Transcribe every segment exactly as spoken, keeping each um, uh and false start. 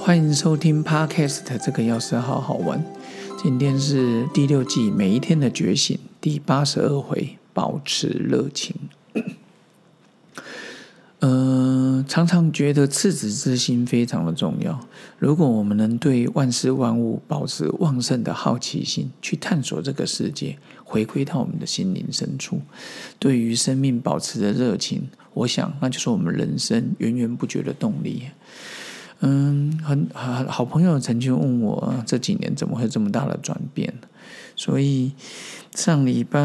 欢迎收听 Podcast 这个钥匙好好玩。今天是第六季每一天的觉醒第八十二回，保持热情。呃，常常觉得赤子之心非常的重要。如果我们能对万事万物保持旺盛的好奇心，去探索这个世界，回归到我们的心灵深处，对于生命保持着热情，我想那就是我们人生源源不绝的动力。嗯，很好朋友曾经问我这几年怎么会这么大的转变，所以上礼拜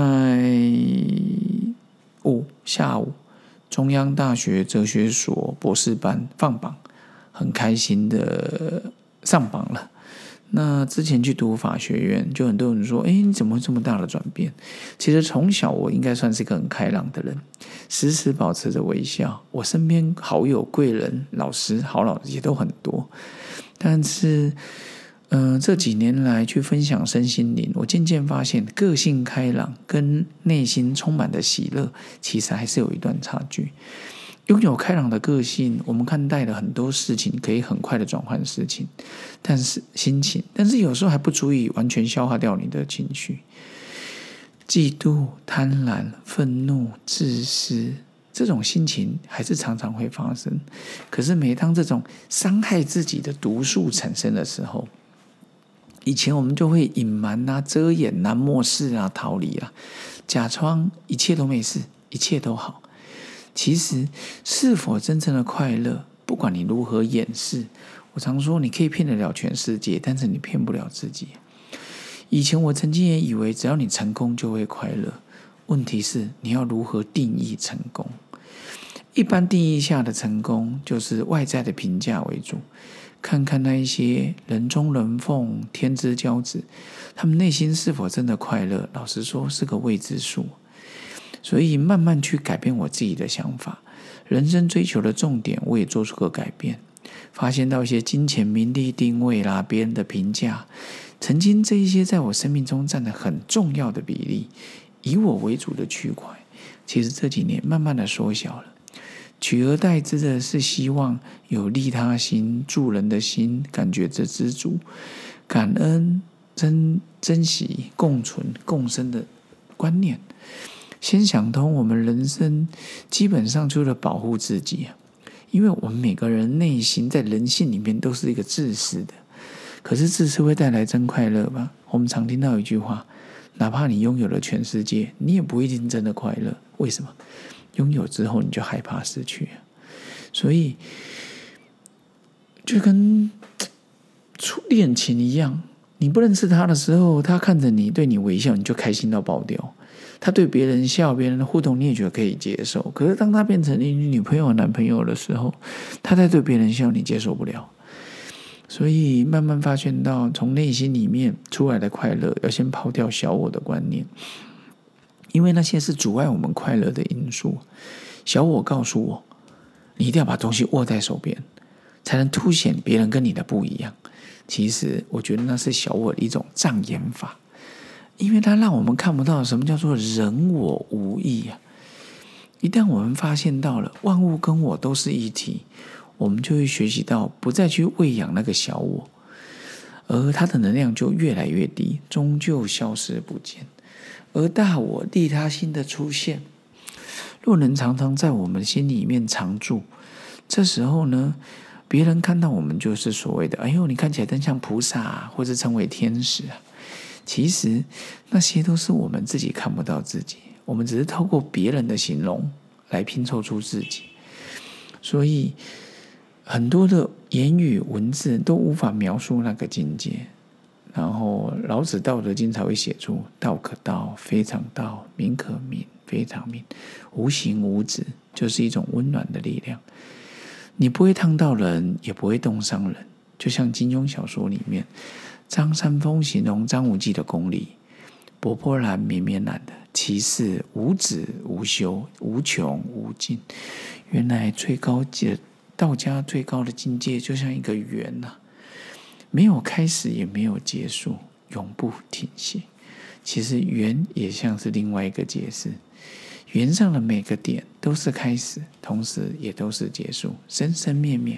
五下午，中央大学哲学所博士班放榜，很开心的上榜了。那之前去读法学院，就很多人说，哎，你怎么会这么大的转变？其实从小我应该算是一个很开朗的人，时时保持着微笑。我身边好友、贵人、老师、好老师也都很多。但是，呃，这几年来去分享身心灵，我渐渐发现，个性开朗跟内心充满的喜乐，其实还是有一段差距。拥有开朗的个性，我们看待了很多事情可以很快的转换事情，但是心情，但是有时候还不足以完全消化掉你的情绪。嫉妒、贪婪、愤怒、自私，这种心情还是常常会发生。可是每当这种伤害自己的毒素产生的时候，以前我们就会隐瞒啊、遮掩啊、漠视啊、逃离啊，假装一切都没事，一切都好。其实，是否真正的快乐，不管你如何掩饰，我常说你可以骗得了全世界，但是你骗不了自己。以前我曾经也以为，只要你成功就会快乐。问题是，你要如何定义成功？一般定义下的成功，就是外在的评价为主。看看那一些人中人凤、天之骄子，他们内心是否真的快乐？老实说，是个未知数。所以慢慢去改变我自己的想法，人生追求的重点我也做出个改变，发现到一些金钱、名利、定位啦，别人的评价，曾经这一些在我生命中占了很重要的比例，以我为主的区块，其实这几年慢慢的缩小了，取而代之的是希望有利他心、助人的心，感觉着知足、感恩、珍珍惜、共存、共生的观念。先想通，我们人生基本上除了保护自己，因为我们每个人内心在人性里面都是一个自私的，可是自私会带来真快乐吗？我们常听到一句话，哪怕你拥有了全世界，你也不一定真的快乐。为什么？拥有之后你就害怕失去，所以就跟恋情一样，你不认识他的时候，他看着你对你微笑，你就开心到爆掉。他对别人笑，别人的互动你也觉得可以接受，可是当他变成你女朋友、男朋友的时候，他在对别人笑，你接受不了。所以慢慢发现到，从内心里面出来的快乐，要先抛掉小我的观念，因为那些是阻碍我们快乐的因素。小我告诉我，你一定要把东西握在手边，才能凸显别人跟你的不一样。其实我觉得那是小我的一种障眼法，因为它让我们看不到什么叫做人我无异啊。一旦我们发现到了万物跟我都是一体，我们就会学习到不再去喂养那个小我，而它的能量就越来越低，终究消失不见。而大我利他心的出现，若能常常在我们心里面常驻，这时候呢，别人看到我们就是所谓的，哎呦，你看起来真像菩萨啊，或者成为天使啊。其实那些都是我们自己看不到自己，我们只是透过别人的形容来拼凑出自己。所以很多的言语文字都无法描述那个境界。然后老子道德经才会写出道可道，非常道，名可名，非常名，无形无质，就是一种温暖的力量。你不会烫到人，也不会冻伤人，就像金庸小说里面张三丰形容张无忌的功力，波波然绵绵然的，其事无止无休，无穷无尽。原来最高的道家最高的境界就像一个圆啊，没有开始也没有结束，永不停歇。其实圆也像是另外一个解释，圆上的每个点都是开始，同时也都是结束，生生灭灭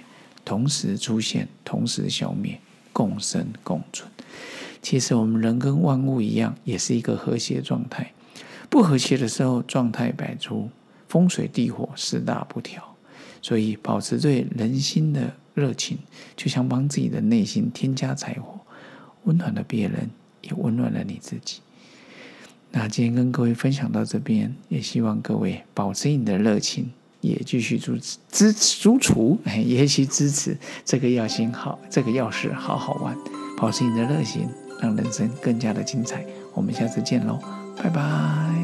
同时出现，同时消灭，共生共存。其实我们人跟万物一样，也是一个和谐状态。不和谐的时候，状态百出，风水地火四大不调。所以保持对人心的热情，就像帮自己的内心添加柴火，温暖了别人，也温暖了你自己。那今天跟各位分享到这边，也希望各位保持你的热情，也继续支持支持督促，也去支持这个药心好，这个药事好好玩，保持你的热情，让人生更加的精彩。我们下次见喽，拜拜。